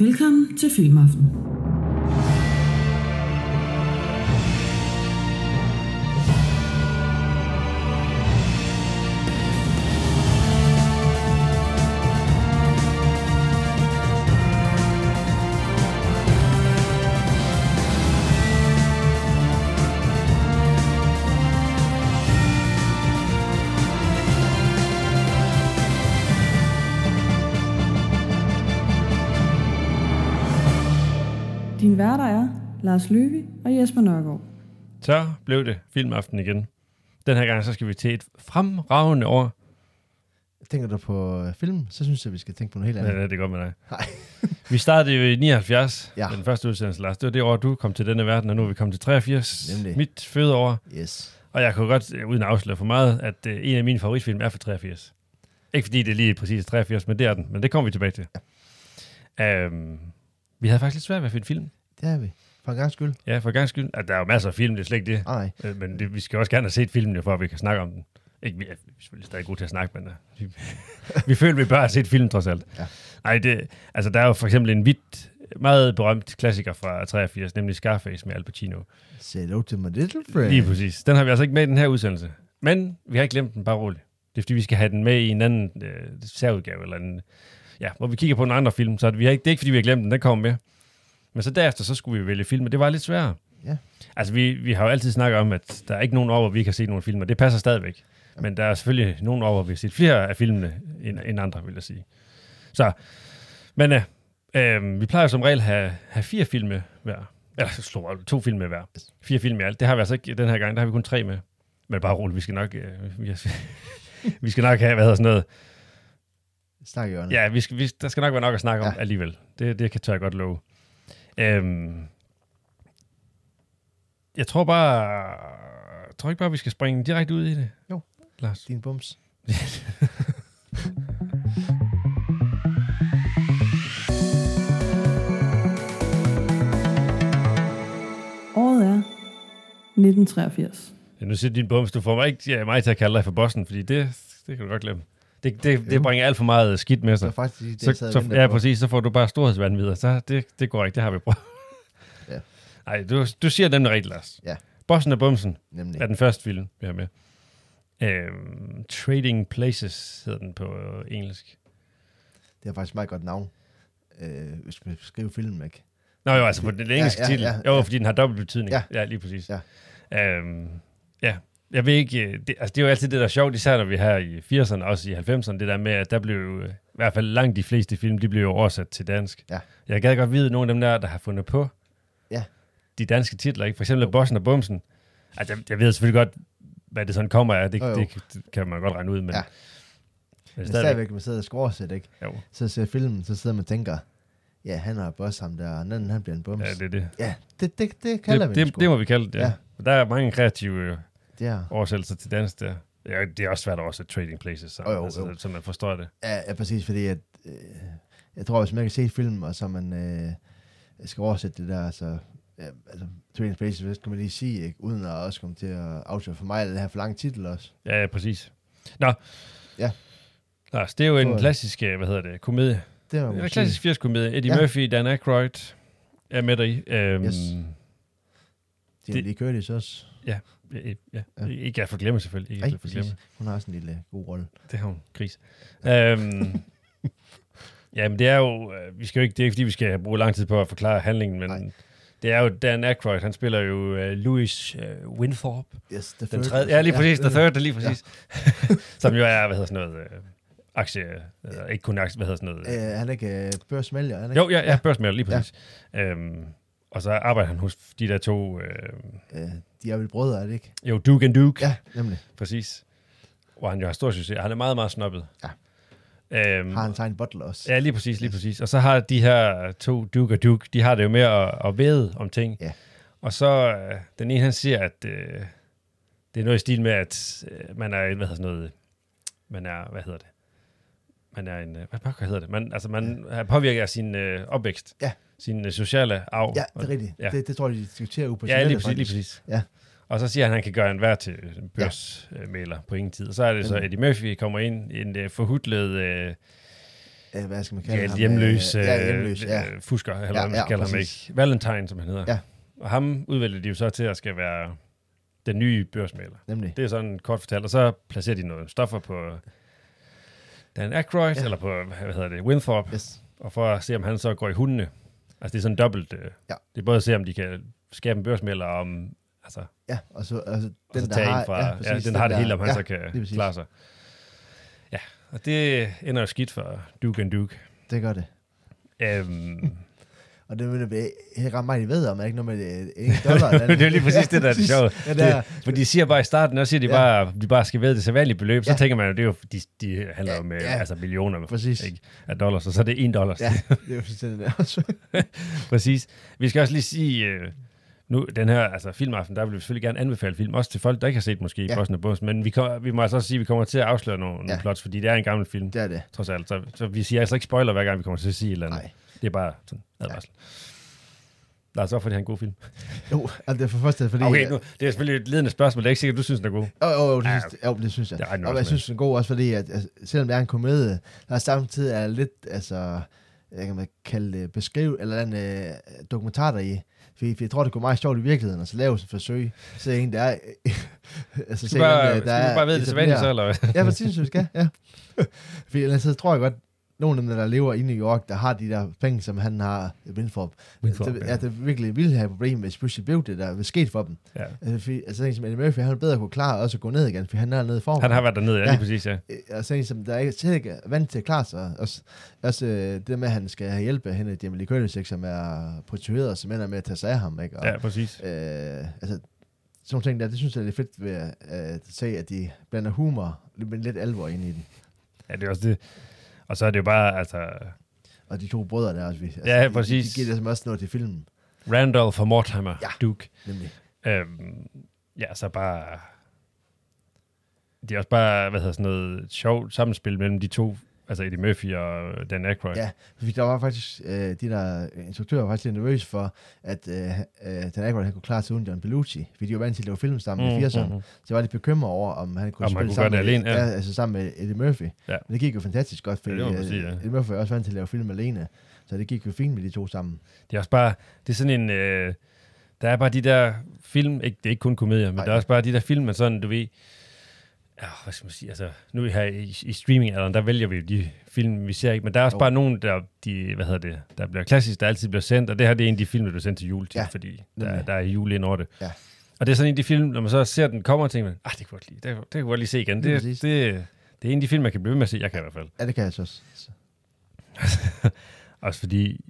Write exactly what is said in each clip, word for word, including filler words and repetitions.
Velkommen til Filmaften. Din værter er Lars Løve og Jesper Nørgaard. Så blev det Filmaften igen. Den her gang så skal vi til et fremragende år. Tænker du på film, så synes jeg, vi skal tænke på noget helt andet. Ja, det er godt med dig. Nej. Vi startede jo i nioghalvfjerds, ja. Den første udsendelse, Lars. Det var det år, du kom til denne verden, og nu er vi kommet til treogfirs. Nemlig. Mit fødeår. Yes. Og jeg kunne godt, uden at afsløre for meget, at uh, en af mine favoritfilm er fra treogfirs. Ikke fordi det er lige præcis treogfirs, men det er den. Men det kommer vi tilbage til. Ja. Um, vi havde faktisk lidt svært ved at finde film. Det er vi. For en gang skyld. Ja, for en gang skyld. Altså, der er jo masser af film, det er slet ikke det. Nej. Uh, men det, vi skal også gerne have set filmen, jo, for at vi kan snakke om den. Ikke, vi er selvfølgelig stadig gode til at snakke, men uh, vi, vi føler, vi bør have set film, trods alt. Ja. Ej, det, altså, der er jo for eksempel en vidt, meget berømt klassiker fra treogfirs, nemlig Scarface med Al Pacino. Say hello to my little friend. Lige præcis. Den har vi altså ikke med i den her udsendelse. Men vi har ikke glemt den, bare roligt. Det er fordi, vi skal have den med i en anden øh, særudgave, eller en, ja, hvor vi kigger på en anden film. Så vi har ikke, det er ikke, fordi vi har glemt den, den kommer med. Men så derefter, så skulle vi vælge film, og det var lidt sværere. Ja. Altså, vi, vi har jo altid snakket om, at der er ikke nogen år, hvor vi ikke har set nogle film, og det passer stadigvæk. Ja. Men der er selvfølgelig nogle år, hvor vi har set flere af filmene end, end andre, vil jeg sige. Så, men øh, øh, vi plejer som regel at have, have fire film med hver. Eller to film med hver. Fire film i alt. Det har vi altså ikke den her gang, der har vi kun tre med. Men bare roligt, vi skal nok, øh, vi, vi skal nok have, hvad hedder sådan noget. Snak i ørene. Ja, vi skal, vi, der skal nok være nok at snakke om ja. alligevel. Det, det kan tør jeg godt love. Øhm, jeg tror bare, jeg tror ikke bare, vi skal springe direkte ud i det. Jo, Lars. Din bums. Året er nitten treogfirs. Ja, nu siger din bums, du får mig ikke ja, mig til at kalde dig for bossen, fordi det, det kan du godt glemme. Det, det, det bringer alt for meget skidt med sig. Det var faktisk det, så, så, ja, præcis, så får du bare storhedsvanvid. Så det, det går ikke, det har vi prøvet. Ja. Nej, du, du siger dem rigtigt, Lars. Ja. Bossen og bumsen Nemlig. er den første film, vi har med. Øhm, Trading Places hedder den på engelsk. Det er faktisk et meget godt navn, øh, hvis man skriver filmen, ikke? Nå jo, altså på den engelske ja, ja, titel. ja, jo, ja. fordi den har dobbelt betydning. Ja, ja lige præcis. Ja. Øhm, ja. Jeg ved ikke, det, altså det er jo altid det, der er sjovt, især når vi her i firserne, også i halvfemserne, det der med, at der blev jo, i hvert fald langt de fleste film, de blev jo oversat til dansk. Ja. Jeg gad godt vide, nogle af dem der, der har fundet på ja. de danske titler, ikke? For eksempel Bossen og Bumsen. Altså, jeg, jeg ved selvfølgelig godt, hvad det sådan kommer af, det, jo, jo. det, det kan man godt regne ud, men... Ja. Men stadigvæk, man sidder og skråsæt, ikke? Jo. Så ser filmen, så sidder man og tænker, ja, han har boss ham der, og den anden, han bliver en bums. Ja, det er det. Ja, det, det, det kalder det, vi det, det må vi kalde det, ja. Ja. Og der er mange kreative ja. oversættelser til dansk der. Ja, det er også svært at oversætte Trading Places, så, oh, jo, altså, jo. så man forstår det. Ja, ja præcis, fordi at, øh, jeg tror, hvis man kan se film, og så man øh, skal oversætte det der, så ja, altså, Trading Places, hvad skal man lige sige, ikke? Uden at også komme til at afsløre for mig, det her for lang titel også. Ja, ja, præcis. Nå. Ja. Lars, det er jo en klassisk, hvad hedder det, komedie. Det var en klassisk firs-komedie. Eddie ja. Murphy, Dan Aykroyd er med deri. Øhm, yes. Det er lige Curtis også. Ja, ja, ja. ja. Ikke at forglemme selvfølgelig. Ikke Ej, at forglemme. Hun har også en lille god rolle. Det har hun, gris. øhm, ja, men det er jo, vi skal jo ikke, det er ikke fordi, vi skal bruge lang tid på at forklare handlingen, men Ej. det er jo Dan Aykroyd, han spiller jo uh, Louis uh, Winthorpe. Yes, the den tredje, ja, lige præcis, ja, the third, lige præcis. Ja. Som jo er, hvad hedder sådan noget, uh, aktie, uh, ikke kun aktie, hvad hedder sådan noget. Uh, han er ikke uh, børsmælger, han er ikke? Jo, ja, ja, børsmælger, lige præcis. Ja. Øhm, og så arbejder han hos de der to... Øh, uh, de er vel brødre, er det ikke? Jo, Duke and Duke. Ja, nemlig. Præcis. Hvor han jo har stor succes. Han er meget, meget snobbet. Ja. Øhm, har han tegnet butler også? Ja, lige præcis, lige præcis. Og så har de her to, Duke og Duke, de har det jo med at, at væde om ting. Ja. Og så øh, den ene, han siger, at øh, det er noget i stil med, at øh, man er, hvad hedder sådan noget, man er, hvad hedder det? Man er en, hvad pokker hedder det? Man, altså, man ja. påvirker sin øh, opvækst. Ja. Sin øh, sociale arv. Ja, det er rigtigt. Ja. Det, det tror jeg, de diskuterer jo på Ja, lige præcis, lige præcis. Ja. Og så siger han, at han kan gøre en hver til børsmæler ja. på ingen tid. Og så er det så, Eddie Murphy kommer ind i en uh, forhudlet uh, øh, hvad skal man kalde ja, ham? hjemløs, Øh, ja, hjemløs, ja. øh, fusker, eller Ja, hvad man ja, kalder ham præcis. ikke. Valentine, som han hedder. Ja. Og ham udvælger de jo så til at skal være den nye børsmægler. Nemlig. Det er sådan kort fortalt. Og så placerer de nogle stoffer på Dan Aykroyd, Ja. eller på, hvad hedder det, Winthrop, Yes. og for at se, om han så går i hundene. Altså, det er sådan dobbelt. Øh, Ja. Det er både at se, om de kan skabe en børsmægler, og om, altså, Ja, og så, altså, og den, så der tage har, en fra, ja, ja, præcis, den har det der- hele, om han ja, så kan lige præcis. klare sig. Ja, og det ender jo skidt for Duke and Duke. Det gør det. Øhm, Og det vil jeg ikke ret meget, I ved om, er ikke noget med det, en dollar. Eller det er jo lige præcis det, der er det sjove. Ja, det er, Det, for de siger bare i starten, og siger de Ja. bare, de bare skal ved det sædvanlige beløb, så Ja. tænker man jo, det er jo, de, de handler Ja, jo med ja. altså millioner præcis. ikke, af dollars, og så er det en dollar. Ja, det er jo fuldstændig det også. Præcis. Vi skal også lige sige, øh, nu den her altså, filmaften, der vil vi selvfølgelig gerne anbefale film, også til folk, der ikke har set måske Ja. Boston og Bones, men vi, kom, vi må altså også sige, at vi kommer til at afsløre nogle, ja. Ja. nogle plots, fordi det er en gammel film, Det er det. trods alt. Så, så vi siger altså ikke spoiler, hver gang vi kommer til at sige et eller andet. Nej. Det er bare sådan advarsel. Lad os op, for det er en god film. Jo, altså det er for første, fordi... Okay, nu, det er selvfølgelig et ledende spørgsmål. Det er ikke sikkert, du synes, den er god. Jo, jo, jo, det, Ja, synes, jo, det synes jeg. det er ret og nok jeg med. synes, den er god også, fordi at, altså, selvom det er en komedie, der er samtidig er lidt, altså, jeg kan man kalde det, beskrive, eller en øh, dokumentar der i. For, for jeg tror, det går meget sjovt i virkeligheden, og så lave sådan et forsøg. Så en, der er... altså, Skal du bare, en, skal du bare vide det sædvanligt så, eller hvad? Ja, præcis, du skal, ja. For ellers så tror jeg godt, nogle af dem, der lever i New York, der har de der penge, som han har i Winthrop, Winthrop, det, ja. ja. det virkelig ville have et problem, hvis pludselig blev det der, hvis sket for dem. Ja. Altså, fordi, altså en som Eddie Murphy, han er bedre kunne klare også at gå ned igen, for han er nede i form. Han har været dernede, ja, Ja. lige præcis, ja. Og så en som, der ikke, slet ikke er vant til at klare sig. Også, også øh, det med, at han skal have hjælp af hende, Jamie Lee Curtis, som er prostitueret, som ender med at tage sig af ham. Ikke? Og, Ja, præcis. øh, altså, sådan nogle ting der, det synes jeg er lidt fedt ved at, at se, at de blander humor, men lidt alvor ind i den. Ja, det er også det. Og så er det jo bare, altså, Og de to brødre der også. Vi, altså, Ja, de, præcis. De, de giver det som også noget til filmen. Randolph og Mortimer, Ja. Duke. Nemlig. Øhm, ja, så bare... Det er også bare, hvad hedder sådan noget, sjovt sammenspil mellem de to, altså Eddie Murphy og Dan Aykroyd. Ja, fordi der var faktisk, øh, de der instruktører var faktisk lidt nervøse for, at øh, øh, Dan Aykroyd han kunne klare sig uden John Belushi, fordi de var vant til at lave film sammen mm, i firserne. mm. Så var de bekymret over, om han kunne Om han spille kunne sammen, gøre det med, alene, ja. ja, altså sammen med Eddie Murphy. Ja. Men det gik jo fantastisk godt, fordi Ja, det må man øh, sige, ja. Eddie Murphy er også vant til at lave film alene, så det gik jo fint med de to sammen. Det er også bare, det er sådan en, øh, der er bare de der film, ikke, det er ikke kun komedier, men Nej. der er også bare de der film, man sådan, du ved, ja, hvad skal man sige, altså, nu her i, i streaming-alderen, der vælger vi jo de film, vi ser ikke, men der er også Jo. bare nogen, der, de, hvad hedder det, der bliver klassisk, der altid bliver sendt, og det her, det er en af de film, der bliver sendt til jul til, Ja, fordi der, nemlig. der er jul ind over det. Ja. Og det er sådan en af de film, når man så ser den kommer, og tænker man, ah, det kunne jeg godt lide, det, det kunne jeg godt lige se igen. Lige Det, præcis. det, det er en af de film, man kan blive ved med at se, jeg kan i hvert fald. Ja, det kan jeg så også. Så. Også fordi,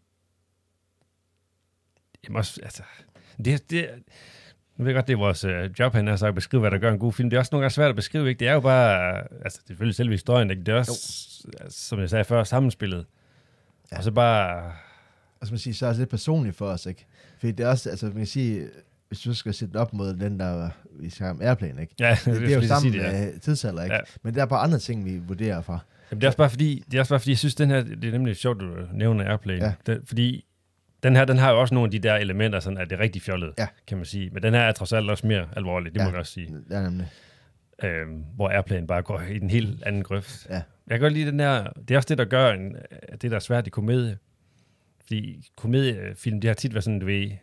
jamen også, altså, det, det, nu ved jeg godt, det er vores øh, job, han har sagt, at beskrive, hvad der gør en god film. Det er også nogle gange svært at beskrive, ikke? Det er jo bare, øh, altså, det er selvfølgelig selve historien, ikke? Det er også, altså, som jeg sagde før, sammenspillet. Ja. Ja. Og så bare, Og som man siger, så er det lidt personligt for os, ikke? Fordi det er også, altså man kan sige, hvis du skal sætte den op mod den der, vi skal om Airplane, ikke? ja, Det, det er jo lige sammen sige det, ja. med tidsalder, ikke? Ja. Men der er bare andre ting, vi vurderer fra. Jamen, det er også bare fordi, det er også bare fordi, jeg synes, den her, det er nemlig sjovt, du nævner Airplane. Ja. Det, fordi den her, den har jo også nogle af de der elementer, sådan at det er rigtig fjollet, Ja. kan man sige. Men den her er trods alt også mere alvorlig, det Ja. må jeg også sige. Det er nemlig. Øhm, hvor Airplane bare går i den helt anden grøft. Ja. Jeg kan godt lide den der, det er også det, der gør en, det, der er svært i komedie. Fordi komediefilm, det har tit været sådan, du ved,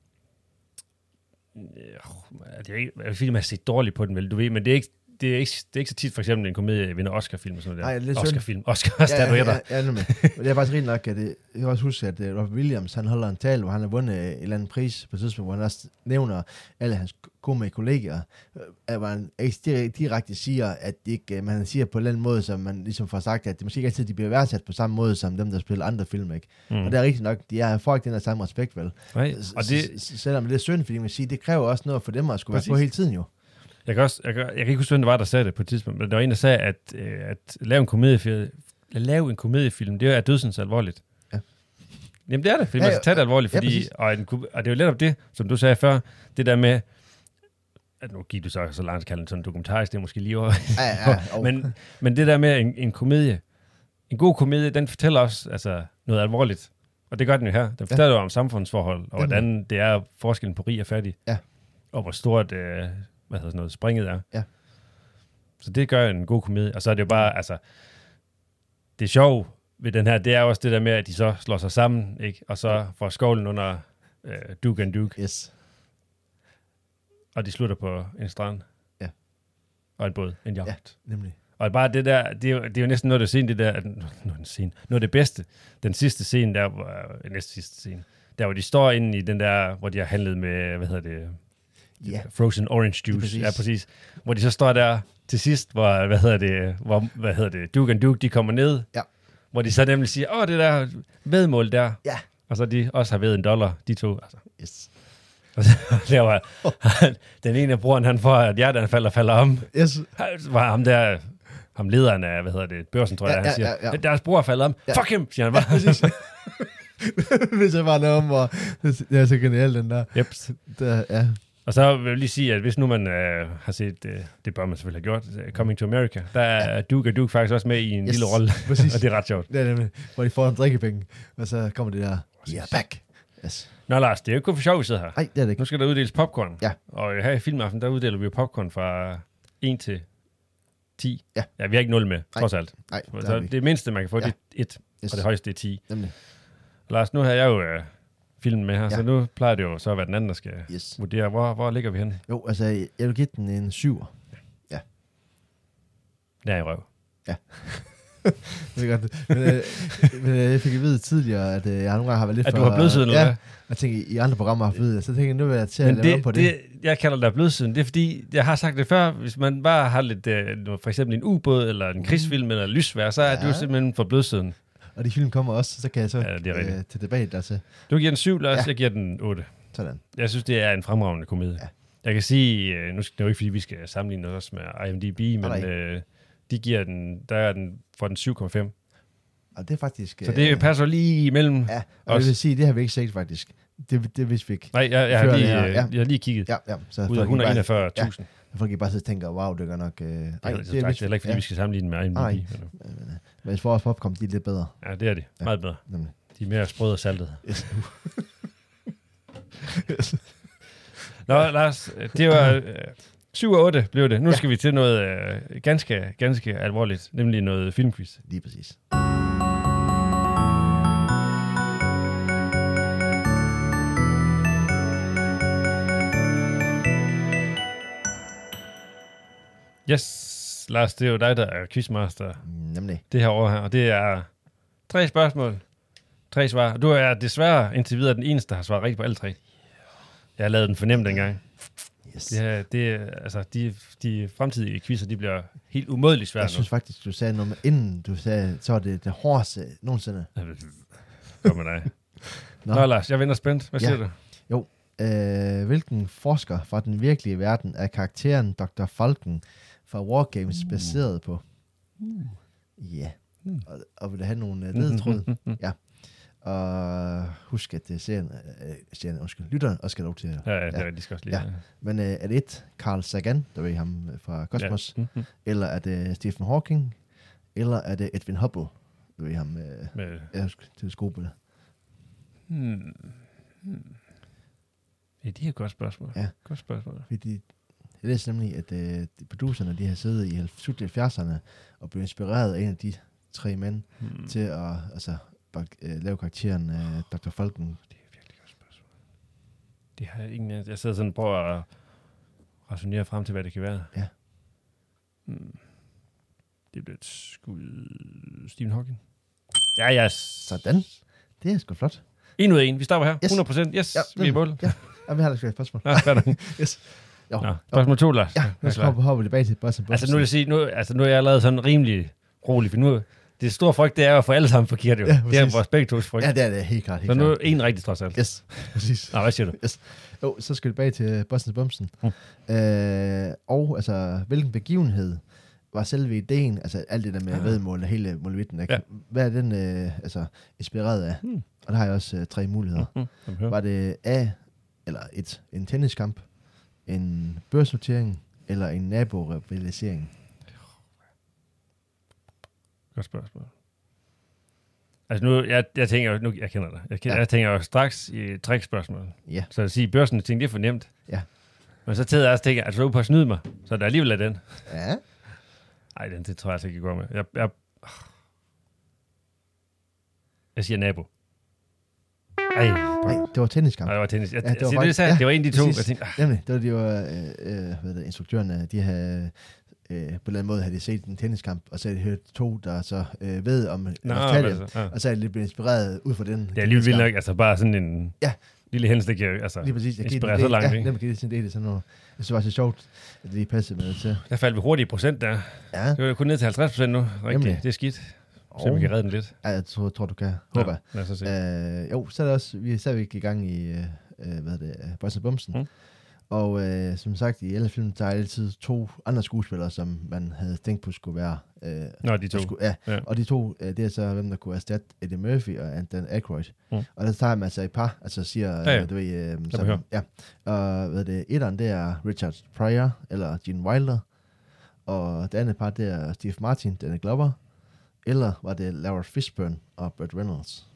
øh, det er ikke, film har set dårligt på den, vel, du ved, men det er ikke, det er ikke, det er ikke så tit, for eksempel, en komedie vinder Oscar-film og sådan noget der. Nej, det er lidt synd. Oscar-film, Oscar-statuetter. Ja, ja, ja, nemlig. Men det er faktisk rigtig nok, at det, jeg kan også huske, at uh, Robert Williams, han holder en tale, hvor han har vundet en eller anden pris på et tidspunkt, hvor han også nævner alle hans gode kolleger, øh, hvor han ikke direkte siger, at det ikke, men han siger på en eller anden måde, som man ligesom får sagt, at det måske ikke altid, de bliver værdsat på samme måde, som dem, der spiller andre film, ikke? Mm. Og det er rigtigt nok, de er, får ikke den der samme respekt, vel? Nej, og det, S- s- selvom det er synd, fordi man siger, det kræver også noget for dem at skulle Præcis. være på hele tiden, jo. jeg kan også, jeg kan, jeg kan ikke huske, hvem det var, der sagde det på et tidspunkt, men der var en, der sagde, at, øh, at lave en komediefilm, at lave en komediefilm, det er dødsens alvorligt. Ja. Jamen det er det, fordi Ja, man skal tage det alvorligt, ja, fordi, præcis. og, en, ko- og det er jo netop det, som du sagde før, det der med, at nu gik du så så langt kalde det sådan dokumentarisk, det er måske lige over. Ja, ja, og, men, men det der med en, en komedie, en god komedie, den fortæller også altså, noget alvorligt. Og det gør den jo her. Den fortæller jo om samfundsforhold, og Nemlig. hvordan det er forskellen på rig og fattig. Ja. Og hvor stort øh, hvad hedder sådan noget, springet er. Ja. Så det gør en god komedie. Og så er det jo bare, altså, det er sjovt, ved den her, det er også det der med, at de så slår sig sammen, ikke? Og så får skovlen under øh, Duke and Duke. Yes. Og de slutter på en strand. Ja. Og en båd, en yacht. Ja, nemlig. Og bare det der, det er jo, det er jo næsten noget af det scene, det der, at, nu, den scene, noget af det bedste, den sidste scene der, hvor, øh, næste sidste scene, der hvor de står inde i den der, hvor de har handlet med, hvad hedder det, Ja. frozen orange juice, Præcis. ja præcis, hvor de så står der til sidst, hvor, hvad hedder det, hvor, hvad hedder det, Duke and Duke, de kommer ned, Ja. hvor de så nemlig siger, åh, det der vedmål der, Ja. og så de også har ved en dollar, de to, altså. Yes. Og så der var, den ene af broren, han får et hjerteanfald og falder om, Yes. var ham der, ham lederen af, hvad hedder det, børsen, tror jeg, Ja, han ja, siger, ja, ja. deres bror er faldet om, Ja. fuck him, siger han bare. Præcis. Hvis jeg bare noget om, hvor det er så genialt, den der. Yep. der ja. Og så vil jeg lige sige, at hvis nu man øh, har set, øh, det bør man selvfølgelig have gjort, uh, Coming to America, der er Duke og Duke faktisk også med i en Yes, lille rolle, præcis. og det er ret sjovt. Det er nemlig, hvor de får en drikkepenge, og så kommer det der, yeah, back. Yes. Nå Lars, det er jo ikke kun for sjov, vi sidder her. Nej, det er det ikke. Nu skal der uddeles popcorn. Ja. Og her i Filmaften, der uddeler vi jo popcorn fra en til ti. Ja. Ja, vi har ikke nul med, trods alt. Nej, det Så er vi. det mindste, man kan få, Ja. det er et, Yes. og det højeste det er ti. Nemlig. Lars, nu har jeg jo øh, filmen med her, Ja. så nu plejer det jo så at være den anden, der skal Yes. vurdere. Hvor, hvor ligger vi henne? Jo, altså, jeg vil give den en syver. Der i røv. Det er godt. Men, øh, men øh, jeg fik at vide tidligere, at øh, jeg nogle gange har været lidt At for... du har blødsiden, eller ja, hvad? jeg tænker, i andre programmer har jeg vide, så tænker jeg, nu vil jeg til at Men lave det, om på det, det. det, jeg kalder det blødsiden, det er fordi, jeg har sagt det før, hvis man bare har lidt, øh, for eksempel en ubåd, eller en krigsfilm, eller lysvær, så er Ja. det jo simpelthen for blødsiden. Og de film kommer også, så kan jeg så Ja, det er rigtigt. øh, til debat der til. Du giver den syv, Lars, Ja. jeg giver den otte. Sådan. Jeg synes, det er en fremragende komedie. Ja. Jeg kan sige, øh, nu skal det er jo ikke, fordi vi skal sammenligne os med I M D B, men Nej. øh, de giver den, der er den for den syv komma fem. Og det er faktisk... Så det passer lige imellem. Ja, og os. det vil sige, det har vi ikke set faktisk. Det, det vidste vi ikke. Nej, jeg, jeg, har Før lige, det her, øh, ja. jeg har lige kigget. Ja, ja. Så Ud af folk et hundrede og bare- enogfyrre tusind. Ja, folk I bare sidder og tænker, wow, det gør nok... Øh, Det, nej, er, det, det er, er det er heller ikke, fordi ja. vi skal sammenligne med I M D B. Nej. Men, Men, øh, men hvis vores popcorn, de er lidt bedre. ja, det er det. Ja. Meget bedre. Nemlig. De er mere sprøde og saltede. Yes. Nå, Lars, det var øh, syv og otte blev det. Nu Ja. skal vi til noget øh, ganske, ganske alvorligt, nemlig noget filmquiz. Lige præcis. Yes, Lars, det er jo dig, der er quizmaster Nemlig. det her år her, og det er tre spørgsmål, tre svar. Og du er desværre indtil videre den eneste, der har svaret rigtigt på alle tre. Jeg har lavet den fornemt dengang. Yes. Det her, det, er- altså, de, de fremtidige quizzer, de bliver helt umådeligt svære Jeg synes faktisk, du sagde noget med, inden du sagde, så var det det hårdeste nogensinde. nu. Kom med dig. Nå. Nå, Lars, jeg venter spændt. Hvad Ja. siger du? Øh, hvilken forsker fra den virkelige verden er karakteren doktor Falken fra Wargames Uh. baseret på? Ja. Mm. Og, og vil du have nogle uh, ledetråd? Ja. Og husk, at det er serien, øh, serien undskyld, lytteren også skal have lov til at... Ja, ja, det er de skal også lige. Ja. Men øh, er det et Carl Sagan, der ved ham øh, fra Cosmos, Ja. Mm-hmm. eller er det Stephen Hawking, eller er det Edwin Hubble, der ved ham øh, Med, ja, teleskopet? hmm. Hmm. Ja, det er et godt spørgsmål. Ja. Godt spørgsmål. Fordi jeg læste nemlig, at øh, de producerne, de har siddet i slut halvfjerdserne og blev inspireret af en af de tre mænd Hmm. mm. til at altså, bak- øh, lave karakteren af doktor Falken. Det er virkelig godt spørgsmål. Det har jeg ingen... Jeg sidder sådan og prøver at resonere frem til, hvad det kan være. Ja. Hmm. Det bliver et skud... Stephen Hawking. Ja, ja. Sådan. Det er sgu flot. En ud af en. Vi stopper her. Yes. hundrede procent. Yes, Ja, vi er i mål. Ja, ja vi har da sgu et spørgsmål. Nå, fair nok. Yes. Jo. Nå, spørgsmål to, Lars. Ja, Er nu skal klar. vi hoppe tilbage til Bossen. Altså nu vil jeg sige, nu, altså, nu er jeg allerede sådan rimelig rolig, for nu, det store frygt, det er jo at få alle sammen forkert jo. Ja, det er præcis. vores begge tos frygt. Ja, det er det helt klart. Helt Så nu er klart. en rigtig trods alt. Yes, præcis. Nå, hvad siger du? Jo, så skal vi tilbage til Bossens Bumsen. Mm. Øh, og altså, hvilken begivenhed var selve ideen, altså alt det der med Ah. vedmål og hele molevitten, Ja. hvad er den øh, altså, inspireret af? Hmm. Og der har jeg også øh, tre muligheder. Mm, mm, mm. Var det A, eller et, en tenniskamp, en børsnotering, eller en naborivalisering? Godt spørgsmål. Altså nu, jeg, jeg tænker jo, nu, jeg kender dig, jeg, kender, Ja. jeg tænker jo straks i et trickspørgsmål. Ja. Så at sige, børsen ting, det er for nemt. Ja. Men så tæder jeg også tænker, at du er på at snyde mig, så der alligevel er den. Ja. Nej, den det tror jeg altså ikke, jeg går med. Jeg, jeg, Jeg siger nabo. Ej, Nej, det var tenniskamp. Nej, det var tennis. Jeg, Ja, ja, det var det, faktisk- det, ja, det var en af de to. præcis. Jeg tænkte, ah, Nemlig, det var de jo, øh, øh, hvad det, instruktørerne, de havde øh, på en eller anden måde havde de set en tenniskamp, og så havde de hørt to, der så øh, ved om nå, Australien, altså, ja. og så er de lidt blevet inspireret ud fra den. Det er alligevel vildt nok, altså bare sådan en Ja. lille hændelse, der kan altså, Lige præcis. Jeg inspirere så langt, ja, ikke? nemlig giver det sådan en del af sådan noget. Jeg synes det var så sjovt, at det lige passede med det til. Der faldt vi hurtigt i procent der. Ja, Det er jo kun ned til halvtreds procent nu. Rigtigt. Nemlig. Det er skidt. Så vi kan redde den lidt. ja, jeg tror, tror du kan. Håber jeg. Ja, lad os så se. Øh, jo, så er det også, vi er stadigvæk i gang i, øh, øh, hvad er det, Bossen og Bumsen. Mm. Og øh, som sagt, i alle film, der er altid to andre skuespillere, som man havde tænkt på skulle være. Øh, Nå, de to. Skulle, ja. Ja. ja, og de to, øh, det er så, hvem der kunne erstatte Eddie Murphy og Dan Aykroyd. Mm. Og der tager man altså i par, altså siger, Ja, ja. øh, du ved, øh, behøver. som, ja. Og hvad er det, etteren, det er Richard Pryor, eller Gene Wilder. Og det andet par, det er Steve Martin, Danny Glover. Eller var det Laura Fishburne og Burt Reynolds?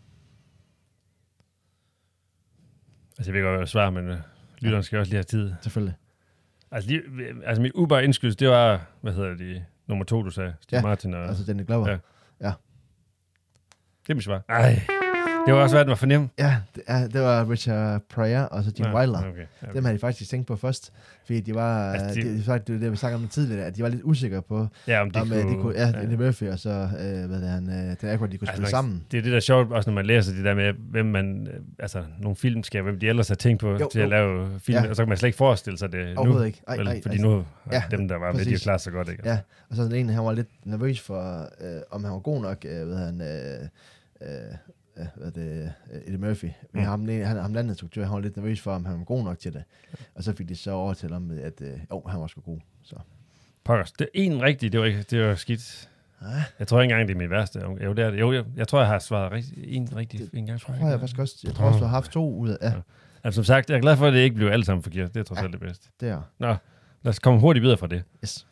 Altså, jeg ved godt, hvad svar, men uh, lytteren skal også lige have tid. Selvfølgelig. Altså, lige, altså mit uber indskydelse, det var, hvad hedder det, nummer to, du sagde. Steve Ja, Martin og... Altså Danny Glover. Ja. Ja. Det er mit svar. Ej, det var også, hvad den var for nem. Ja, det, ja, det var Richard Pryor og så Gene Ja, Wilder. Okay, okay. Dem havde de faktisk tænkt på først, fordi de var, Altså, altså, de- de, det, det, det, det vi snakkede om tidligere, at de var lidt usikre på, Ja, om de om kunne... kunne, de kunne, ja, Eddie Murphy og så, øh, hvad det er han, øh, Dan Aykroyd, de kunne Altså, spille man- sammen. Det er det, der er sjovt, også når man læser det der med, hvem man, øh, altså nogle filmskaber, hvem de ellers har tænkt på Jo, til at jo. lave film, Ja. og så kan man slet ikke forestille sig det nu. Overhovedet ikke. Ej, Vel, ej, fordi altså, nu ja, ja, dem, der var med, de har præcis. klaret sig godt, ikke? Ja, og så den ene, han var lidt nervøs for, øh, om han var god nok, øh, ved han, øh, øh, øh, hvad det, øh, Eddie Murphy. Men Mm. ham, den ene- han, ham den anden instruktør, han var lidt nervøs for, om han var god nok til det. Og så fik de så over til om, at øh, jo, han var sgu god. Så. Pokkers. Det er en rigtig, det var, ikke, det var skidt. Ja, Jeg tror ikke engang, det er mit værste. Jo, det er det. Jo, jeg, jeg tror, jeg har svaret rigtig, en rigtig Det en gang. tror jeg faktisk også. Jeg tror også, du har haft to ud af, ja, Altså, som sagt, jeg er glad for, at det ikke blev alle sammen forkert. Det er trods alt det bedste. der. Nå, lad os komme hurtigt videre fra det. Yes.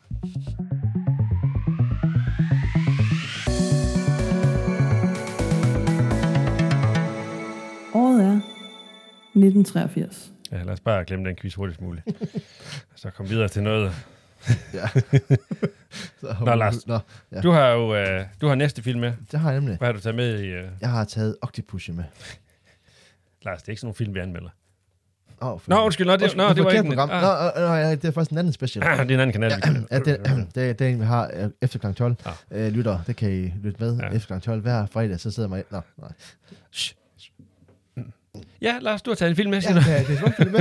Året er nitten treogfirs. Ja, lad os bare glemme den quiz hurtigst muligt. Så kom videre til noget. Ja. Så, Nå, Lars. Nå, ja. Du har jo øh, du har næste film med. Det har jeg nemlig. Hvad har du taget med i... Øh... Jeg har taget Octopussy med. Lars, det er ikke sådan nogle film, vi anmelder. Oh, Nå, undskyld. Nå, det, nå, det var ikke en... program. Ah, Nå, øh, nå, ja, det er faktisk en anden special. ah, det er en anden kanal, vi kan... Ja, det, det, det er en, vi har øh, efter klokken tolv. Ja. Øh, lytter, det kan I lytte med. Ja. Ja. Efter klokken tolv hver fredag, så sidder man... Nå, nej. Ja, Lars, du har taget en film med, Ja, siger du? det er, det er sådan film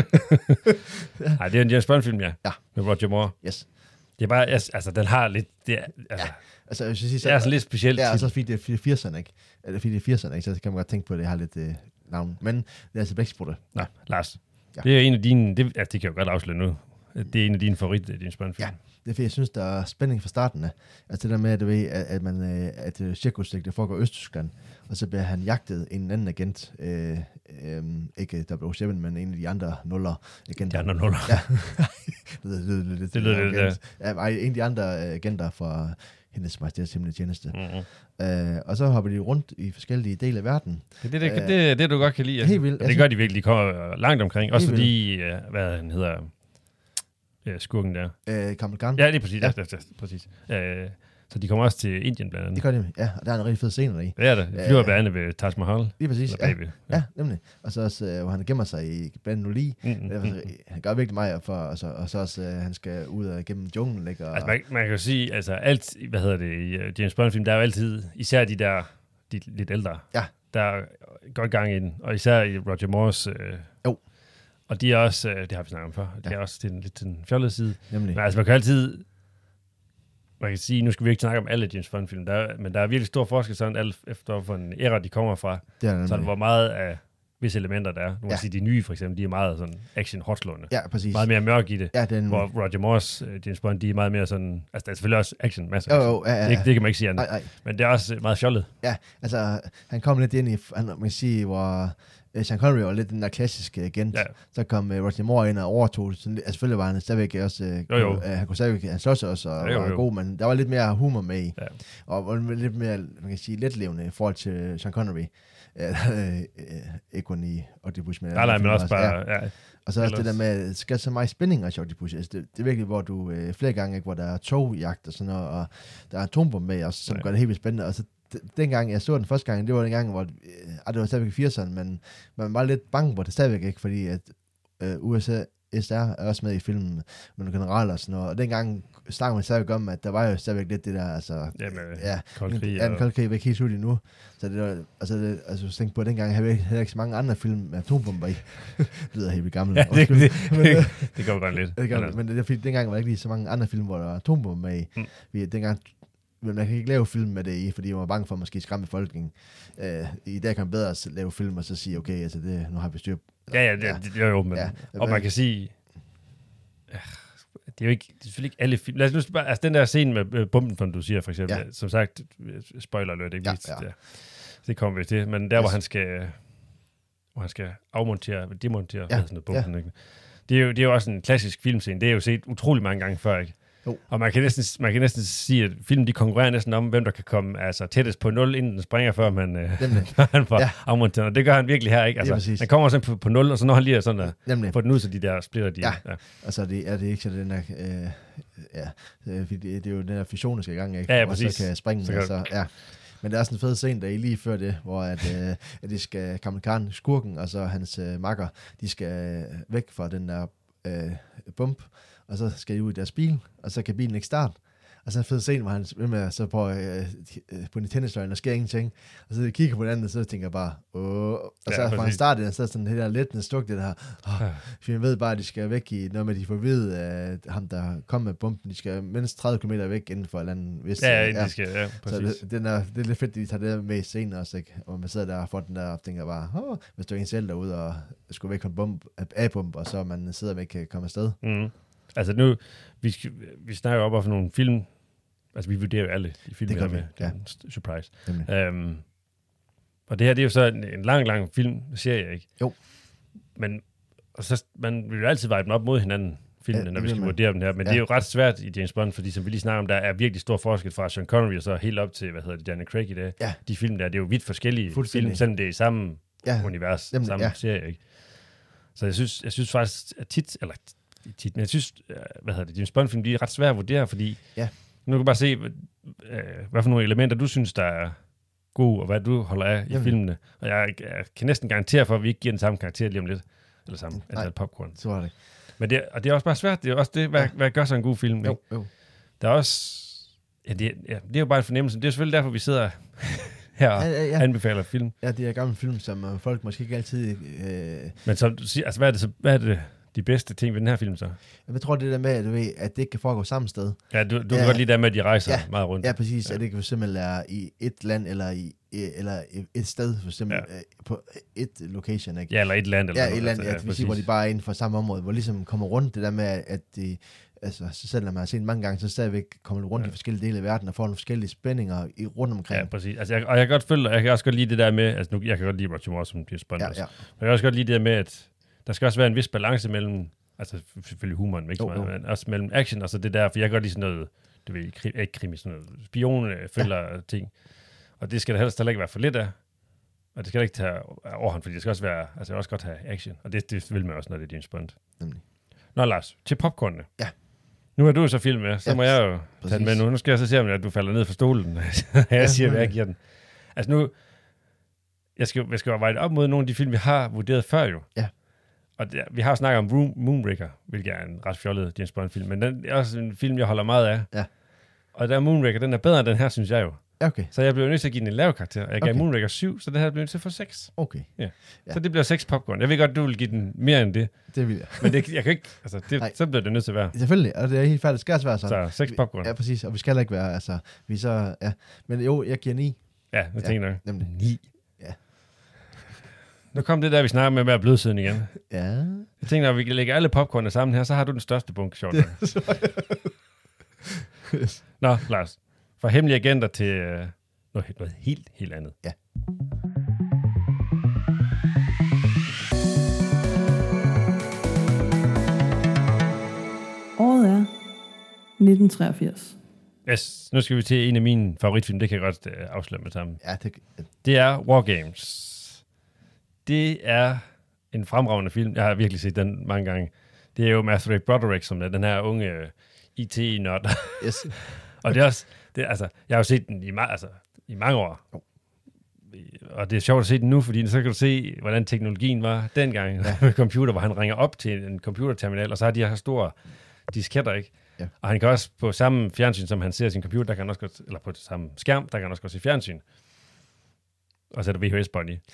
med. Nej, det er en James Bond-film, ja. Ja. Med Roger Moore. Yes. Det er bare... Altså, den har lidt... Det er, altså, Altså, jeg skal sige, så, det er sådan lidt specielt. Ja, og så fordi det er firserne, ikke? Eller fordi det er firserne, ikke? Så kan man godt tænke på, at det har lidt øh, navn. Men det er altså blæksprutte. Nå, Lars. Ja. Det er en af dine... Det, altså, det kan jeg jo godt afsløre nu. Det er en af dine favorit James Bond-film. Ja. Det er fordi, jeg synes, der er spænding fra starten af. Altså det der med, at, du ved, at, at, man, øh, at øh, cirkuslæg, det foregår i Østtyskland, og så bliver han jagtet en anden agent, øh, øh, ikke double oh syv, men en af de andre nuller agenter. De andre nuller. Ja. det lyder det, det, det, Det lyder lidt, agent. Ja, ej, en af de andre øh, agenter fra hendes majestæts hemmelige tjeneste. Mm-hmm. Øh, og så hopper de rundt i forskellige dele af verden. Det er det, det, Øh, det, det, du godt kan lide. Altså. helt vildt. Og det gør de virkelig. De kommer langt omkring. Også Helt fordi, øh, hvad han hedder, øh, skurken der. Øh, Kamal Khan. Ja, det er præcis. Ja. Ja. Ja, ja, præcis. Øh, så de kommer også til Indien blandt andet. Det gør de, ja. Og der er en rigtig fed scene deri. Det er det. De flyver blandt andet ved Taj Mahal. Lige præcis, Eller ja. bagved. Ja, nemlig. Og så også, øh, hvor han gemmer sig i blandt Noli. Mm-hmm. Mm. Han gør virkelig meget for, og så, og så også, øh, han skal ud og gennem junglen, ikke? Og, Altså, man, man kan jo sige, altså alt, hvad hedder det, i uh, James Bond-film, der er jo altid, især de der, de lidt ældre, Ja. der er godt gang i den. Og især i Roger Moores, øh, Jo. og de er også, øh, det har vi snakket om før, de Ja. er også til den, lidt til den fjollede side. nemlig. Men altså, man kan altid, man kan sige, nu skal vi ikke snakke om alle James Bond-film, der er, men der er virkelig stor forskel sådan, alt efter for en æra, de kommer fra. Det er nemlig. Sådan, hvor meget af visse elementer der er. Nu må Ja. ja. sige, de nye for eksempel, de er meget sådan action-hotslående. Ja, præcis. Meget mere mørk i det. Ja, den... Hvor Roger Moores uh, James Bond, de er meget mere sådan... Altså, der er selvfølgelig også action, masser af Jo, action. jo, ja, ja, Det, ja. det kan man ikke sige andet. Nej, nej. Men det er også meget fjollet. Ja, altså, han kom lidt ind i, han, man kan sige, hvor uh, Sean Connery var lidt den der klassiske agent. Ja. Så kom uh, Roger Moore ind og overtog. Sådan, lidt- altså, selvfølgelig var han stadigvæk også... Uh, Jo, jo. Uh, han kunne stadigvæk... Han slås også og Jo, jo, var jo. god, men der var lidt mere humor med i. Ja. Og var lidt mere, man kan sige, letlevende i forhold til Sean Connery. Uh, uh, Egon i Octopus. Nej, nej, men også bare... Ja. Og så også Ellers- det der med, skal så meget spænding også i Octopus. Altså, det, det er virkelig, hvor du øh, flere gange, ikke, hvor der er togjagt og sådan noget, og der er atombombe med også, som Ja. ja. gør det helt vildt spændende. Og så d- dengang jeg så den første gang, det var den gang, hvor, øh, det var stadigvæk i firserne, men man var lidt bange på det stadigvæk ikke, fordi at øh, U S A S R er også med i filmen med general og sådan noget, og dengang snakkede man stadigvæk om, at der var jo stadigvæk lidt det der, altså... Ja, med ja, kold krig. Ja, den kolde krig er ikke helt slut endnu. Så det var, altså, det, altså jeg tænkte på, at dengang havde vi heller ikke så mange andre film med atombomber i. Det lyder helt vildt gammelt. Ja, det, det, det, det går godt lidt. Det gør, men det er fordi, dengang var der ikke lige så mange andre film, hvor der var atombomber med i. Mm. Vi, dengang, men man kan ikke lave film med det i, fordi man var bange for at måske skræmme befolkningen. Uh, I dag kan man bedre lave film og så sige, okay, altså det, nu har vi styr. Ja, ja, det, ja. det er jo, men, ja, og man kan sige, ja, det er jo ikke, det er selvfølgelig ikke alle film. Lad os nu bare, altså den der scene med bomben, som du siger, for eksempel, ja. Som sagt, spoiler alert, ikke? Ja, ja. Ja. Det kommer vi til, men der, yes. hvor han skal, hvor han skal afmontere, demontere, ja. Sådan noget bomben, ja. Ikke? Det er, jo, det er jo også en klassisk filmscene, det er jo set utrolig mange gange før, ikke? Jo. Og man kan, næsten, man kan næsten sige, at filmen de konkurrerer næsten om, hvem der kan komme altså, tættest på nul, inden den springer, før man, øh, han får ja. afmonteret. Og det gør han virkelig her, ikke? Altså, han kommer sådan på, på nul, og så når han lige er sådan der, Nemlig. På den ud, så de der splitter de. Ja, ja. Altså det er det ikke så den der, øh, ja, det, det er jo den der fission, der skal i gang, ikke? Ja, ja, præcis. Og så kan springe, så altså, ja. Men der er sådan en fed scene, der er lige før det, hvor at, øh, at de skal, Kamal Khan, skurken, og så hans øh, makker, de skal væk fra den der øh, bump, og så skal de ud i deres bil, og så kan bilen ikke starte. Og så er en fed scene, hvor han er med så på, øh, på en tennisløgn, og sker ingenting. Og så kigger på den anden, og så tænker jeg bare, åh. Og ja, så får han startet, og så er sådan det der lettende stuk, det der, åh. Ja. For jeg ved bare, at de skal væk i noget med, de får vide, at ham, der kom med bomben, de skal mindst tredive kilometer væk inden for et eller andet. Hvis, ja, ja, de skal, ja, præcis. Så det, den er, det er lidt fedt, at de tager det med i scenen også, ikke? Og man sidder der og får den der, og tænker bare, åh, hvis du er en selv derude, og skulle væk fra en bomb, A-bomb, og så man sidder væk kan komme afsted. Mm. Altså nu, vi, vi snakker jo op af nogle film, altså vi vurderer jo alle de film, der med, ja. Surprise. Um, og det her, det er jo så en, en lang, lang filmserie, ikke? Jo. Men og så, man vil jo altid veje dem op mod hinanden, filmene, ja, når vi skal man. vurdere dem her, men ja. Det er jo ret svært i James Bond, fordi som vi lige snakker om, der er virkelig stor forskel fra Sean Connery og så helt op til, hvad hedder det, Daniel Craig i dag. Ja. De film der, det er jo vidt forskellige film, selvom det er i samme ja. univers, Jamen, samme ja. serie, ikke? Så jeg synes, jeg synes faktisk, at tit, eller tit, men jeg synes, hvad hedder det, James Bond-film, de er ret svære at vurdere, fordi ja. nu kan du bare se, øh, hvad for nogle elementer, du synes, der er gode, og hvad du holder af Jamen. i filmene. Og jeg, jeg kan næsten garantere for, at vi ikke giver den samme karakter lige om lidt, eller samme antal popcorn. Så var det. Men det, og det er også bare svært, det er også det, hvad, ja. hvad gør så en god film, ikke? Jo, jo. Der er også, ja det, ja, det er jo bare en fornemmelse, det er selvfølgelig derfor, vi sidder her og ja, ja, ja. anbefaler film. Ja, det er gamle film, som uh, folk måske ikke altid... Øh... Men som du siger, altså hvad er det så, hvad er det, de bedste ting ved den her film så? Jeg tror, det der med, at, du ved, at det ikke kan foregå samme sted. Ja, du, du ja, kan godt lide det med, at de rejser ja, meget rundt. Ja, præcis. Ja. At det kan for eksempel være i et land, eller i eller et sted, for eksempel ja. på et location. Ikke? Ja, eller et land. Eller ja, et land, ja, ja, siger, hvor de bare er inden for samme område, hvor ligesom kommer rundt det der med, at de... Altså, så selvom man har set mange gange, så stadigvæk kommer rundt ja. i forskellige dele af verden, og får nogle forskellige spændinger i, rundt omkring. Ja, præcis. Altså, jeg, og jeg kan godt følge, jeg kan også godt lide det der med, altså nu, jeg kan godt lide Roger Moore, som bliver spændende. Ja, ja. Jeg kan også godt lide det der med, at der skal også være en vis balance mellem, altså selvfølgelig humoren, ikke så meget, men også mellem action og så det der, for jeg kan godt lide sådan noget, du ved, krim, ikke krimi, sådan noget spionfølger ja. ting. Og det skal der helst heller ikke være for lidt af. Og det skal ikke tage overhånd, fordi det skal også være, altså også godt have action. Og det, det vil man også, når det er James Bond. Nemlig. Nå Lars, til popcornene. Ja. Nu er du så film med, så ja, må jeg jo præcis. tage den med nu. Nu skal jeg så se, om at du falder ned fra stolen. jeg ja, siger, hvad jeg giver den. Altså nu, jeg skal, jeg skal jo veje op mod nogle af de film, vi har vurderet før jo. Ja. Og det, vi har snakket om Moonraker, hvilket er en ret fjollet James Bond-film, men den er også en film, jeg holder meget af. Ja. Og der er Moonraker, den er bedre end den her, synes jeg jo. Okay. Så jeg blev nødt til at give den en lav karakter. Jeg gav okay. Moonraker syv, så det her blev nødt til at få seks. Okay. Ja. Ja. Så det bliver seks popcorn. Jeg ved godt, du vil give den mere end det. Det vil jeg. Men det, jeg kan ikke, altså, det, så bliver det nødt til at være. Selvfølgelig, og det er helt færdigt. Det skal også være sådan. Så seks popcorn. Ja, præcis. Og vi skal heller ikke være, altså, vi så, ja. Men jo, jeg giver ni. Ja, det tænker jeg. Nemlig. ni. Ja. Nu kom det der, vi snakker med at være blødsiden igen. Ja. Jeg tænker, når vi kan lægge alle popcornene sammen her, så har du den største bunke, sjovt. yes. Nå, Lars. Fra hemmelige agenter til øh, noget, noget helt, helt andet. Ja. Året er nitten treogfirs. Yes, nu skal vi til en af mine favoritfilm. Det kan jeg godt øh, afsløre med sammen. Ja, det... det er War Games. Det er en fremragende film. Jeg har virkelig set den mange gange. Det er jo Matthew Broderick, som er den her unge uh, I T-nørd. Yes. Og det er også... Det, altså, jeg har jo set den i meget... Altså, i mange år. Jo. Og det er sjovt at se det nu, fordi så kan du se, hvordan teknologien var dengang ja. med computer, hvor han ringer op til en computerterminal, og så har de her store disketter, ikke? Ja. Og han kan også på samme fjernsyn, som han ser sin computer, der kan han også godt, eller på det samme skærm, der kan han også godt se fjernsyn. Og så er der V H S-bånd i.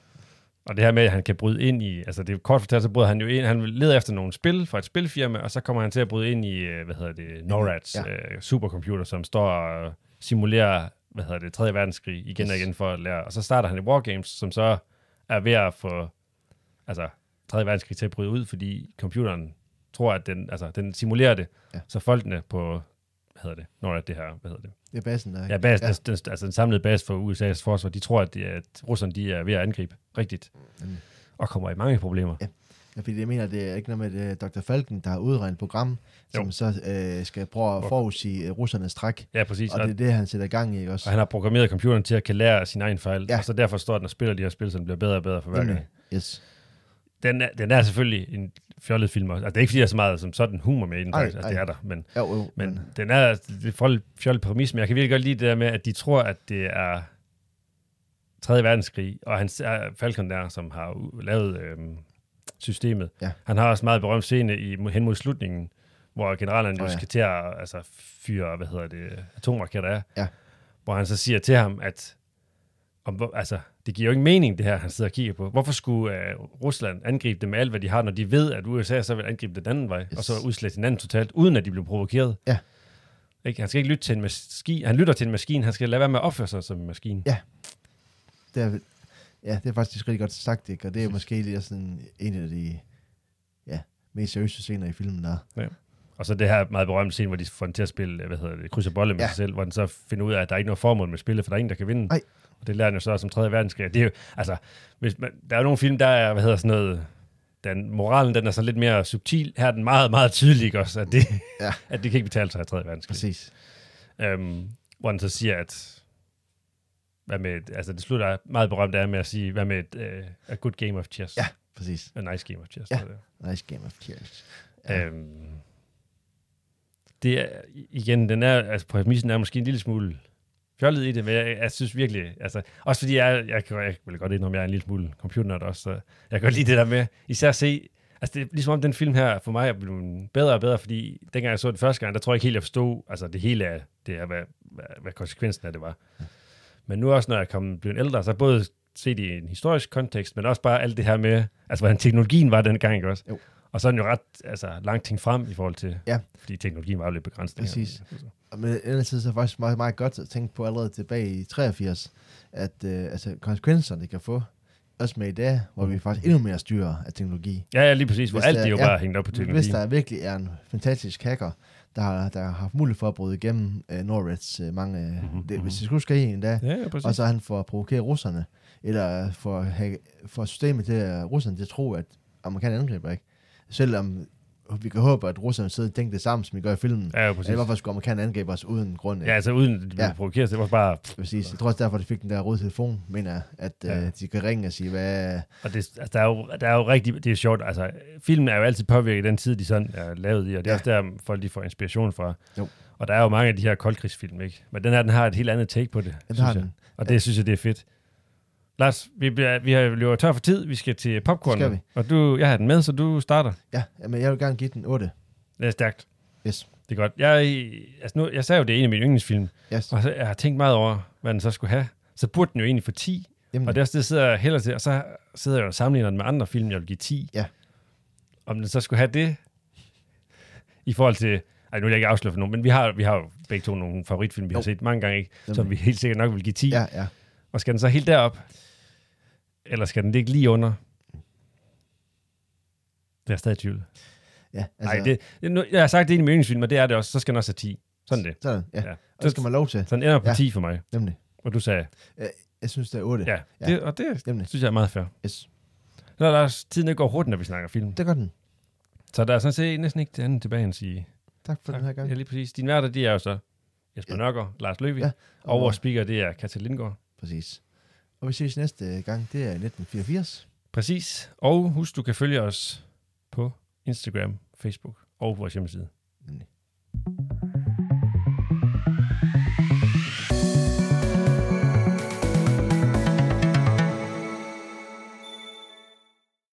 Og det her med, at han kan bryde ind i, altså det er kort fortalt, så bryder han jo ind, han leder efter nogle spil fra et spilfirma, og så kommer han til at bryde ind i, hvad hedder det, NORADs ja. øh, supercomputer, som står og simulerer, hvad hedder det, tredje verdenskrig igen yes. og igen for at lære. Og så starter han i Wargames, som så er ved at få, altså tredje verdenskrig til at bryde ud, fordi computeren tror, at den, altså, den simulerer det, ja. Så folkene på, hvad hedder det, NORAD det her, hvad hedder det? Det er basen der, ikke? Ja, basen, ja. Den, altså den samlede base for U S A's forsvar, de tror, at, de, at russerne de er ved at angribe rigtigt, mm. og kommer i mange problemer. Ja. Ja, fordi jeg mener, det er ikke noget med doktor Falken, der har udregnet et program, som jo. så øh, skal prøve at forudsige uh, russernes træk. Ja, præcis. Og det er det, han sætter i gang i, ikke også? Og han har programmeret computeren til at kan lære sin egen fejl, ja. Og så derfor står den og spiller de her spil, så den bliver bedre og bedre for hver gang. Yes. Den er, den er selvfølgelig en fjollet film også. Altså, det er ikke, fordi der er så meget som sådan humor med i den, faktisk. Altså, det er der. Men, jo, jo, men, men den er det er fjollet præmis, men jeg kan virkelig godt lide det der med, at de tror, at det er tredje verdenskrig, og han er Falcon der, som har lavet øhm, systemet. Ja. Han har også meget berømt scene i, hen mod slutningen, hvor generalen jo oh, ja. skal til at altså, fyre, hvad hedder det, atomraketter af. Ja. Hvor han så siger til ham, at om, altså, det giver jo ikke mening, det her, han sidder og kigger på. Hvorfor skulle uh, Rusland angribe dem med alt, hvad de har, når de ved, at U S A så vil angribe den anden vej, yes. og så udslætte hinanden totalt, uden at de bliver provokeret? Ja. Ikke? Han skal ikke lytte til en maskine. Han lytter til en maskine. Han skal lade være med at opføre sig som en maskine. Ja. Det er, ja, det er faktisk rigtig godt sagt, ikke? Og det er måske lidt sådan en af de ja, mest seriøse scener i filmen, der. Ja. Og så det her meget berømte scene, hvor de får den til at spille, hvad hedder det, kryds og bolle med ja. sig selv, hvor den så finder ud af, at der er ikke noget formål med spillet, for der er ingen, der kan vinde. Ej. Og det lærer den jo så som tredje verdenskrig. Det er jo, altså, hvis man, der er jo nogle film, der er, hvad hedder sådan noget, den, moralen, den er så lidt mere subtil. Her er den meget, meget tydelig også, at det, ja. at det kan ikke betale sig af tredje verdenskrig. Præcis. Øhm, hvor den så siger, at hvad med, et, altså det slutter meget berømt er med at sige, hvad med et uh, a good game of chess. Ja, præcis. A nice game of chess. Ja, nice game of chess. Ja. Øhm, det er, igen, den er, altså præmissen er måske en lille smule fjollet i det, men jeg, jeg synes virkelig, altså, også fordi jeg, jeg, kan, jeg vil godt indrømme, jeg er en lille smule computernørd også, så jeg kan godt lide det der med, især at se, altså det er ligesom om den film her, for mig er blevet bedre og bedre, fordi dengang jeg så den første gang, der tror jeg ikke helt, jeg forstod, altså det hele af det her, hvad, hvad, hvad konsekvensen af det var. Ja. Men nu også, når jeg er kommet, blevet ældre, så har både set i en historisk kontekst, men også bare alt det her med, altså hvordan teknologien var dengang, ikke også? Jo. Og så er den jo ret altså, langt ting frem i forhold til, ja. Fordi teknologien var jo lidt begrænset. Præcis. Her. Men ellers så er det faktisk meget, meget godt at tænke på allerede tilbage i treogfirs, at øh, altså, konsekvenserne det kan få, også med i dag, hvor vi faktisk endnu mere styrer af teknologi. Ja, ja lige præcis, hvor hvis alt det jo ja, bare hængt op på teknologi. Hvis der virkelig er en fantastisk hacker, der har, der har haft mulighed for at bryde igennem uh, NORADs uh, mange, mm-hmm. det, hvis det skulle ske en dag, ja, ja, og så han får at provokere russerne, eller for, for systemet til at russerne til at tro, at amerikanerne angriber ikke. Selvom vi kan håbe, at russerne sidder og tænker det samme, som vi gør i filmen. Ja, ja, præcis. Eller hvorfor skulle amerikanerne angribe os uden grund? Ikke? Ja, altså uden at de bliver ja. provokeret, det var bare... Præcis. Jeg tror også derfor, de fik den der røde telefon, mener jeg, at ja. uh, de kan ringe og sige, hvad... Og det, altså, der, er jo, der er jo rigtig... Det er sjovt, altså, filmen er jo altid påvirket den tid, de sådan er lavet i, og det er ja. også der, folk de får inspiration fra. Jo. Og der er jo mange af de her koldkrigsfilm, ikke? Men den her, den har et helt andet take på det, den synes har jeg. Den. Og det ja. synes jeg, det er fedt. Lars, vi, bliver, vi har løbet tør for tid. Vi skal til popcorn. Skal vi. Og du, jeg har den med, så du starter. Ja, men jeg vil gerne give den otte. Det er stærkt. Yes. Det er godt. Jeg, altså nu, jeg sagde jo, det er en af mine yndlingsfilm. Yes. Og så, jeg har tænkt meget over, hvad den så skulle have. Så burde den jo egentlig få ti. Jamen. Og det er også det, sidder jeg hellere til. Og så sidder jeg og sammenligner den med andre film, jeg vil give ti. Ja. Om den så skulle have det, i forhold til... Ej, nu vil jeg ikke afsløre for nogen, men vi har, vi har jo begge to nogle favoritfilm, vi jo. har set mange gange, ikke? Jamen. Som vi helt sikkert nok vil give ti. Ja, ja. Og skal den så helt derop? Eller skal den ligge lige under? Det er stadig i tvivl. Ja, altså... Ej, det, det, nu, jeg har sagt, det er en af mine yndlingsfilm, og det er det også. Så skal den også have ti. Sådan det. Sådan, ja. ja. Og det skal man lov til. Så den ender på ja. ti for mig. Nemlig. Og du sagde? Jeg, jeg synes, det er otte. Ja, ja. Det, og det Nemlig. synes jeg er meget fair. Yes. Så der er tiden går hurtigt, når vi snakker film. Det gør den. Så der er sådan set næsten ikke det andet tilbage end at sige... Tak for tak. den her gang. Ja, lige præcis. Dine værter, de er jo så Jesper ja. Nørgaard, Lars Løvig, ja. og vores speaker, det er Katja Lindgaard. Præcis. Og vi ses næste gang, det er nitten fireogfirs. Præcis. Og husk, du kan følge os på Instagram, Facebook og vores hjemmeside.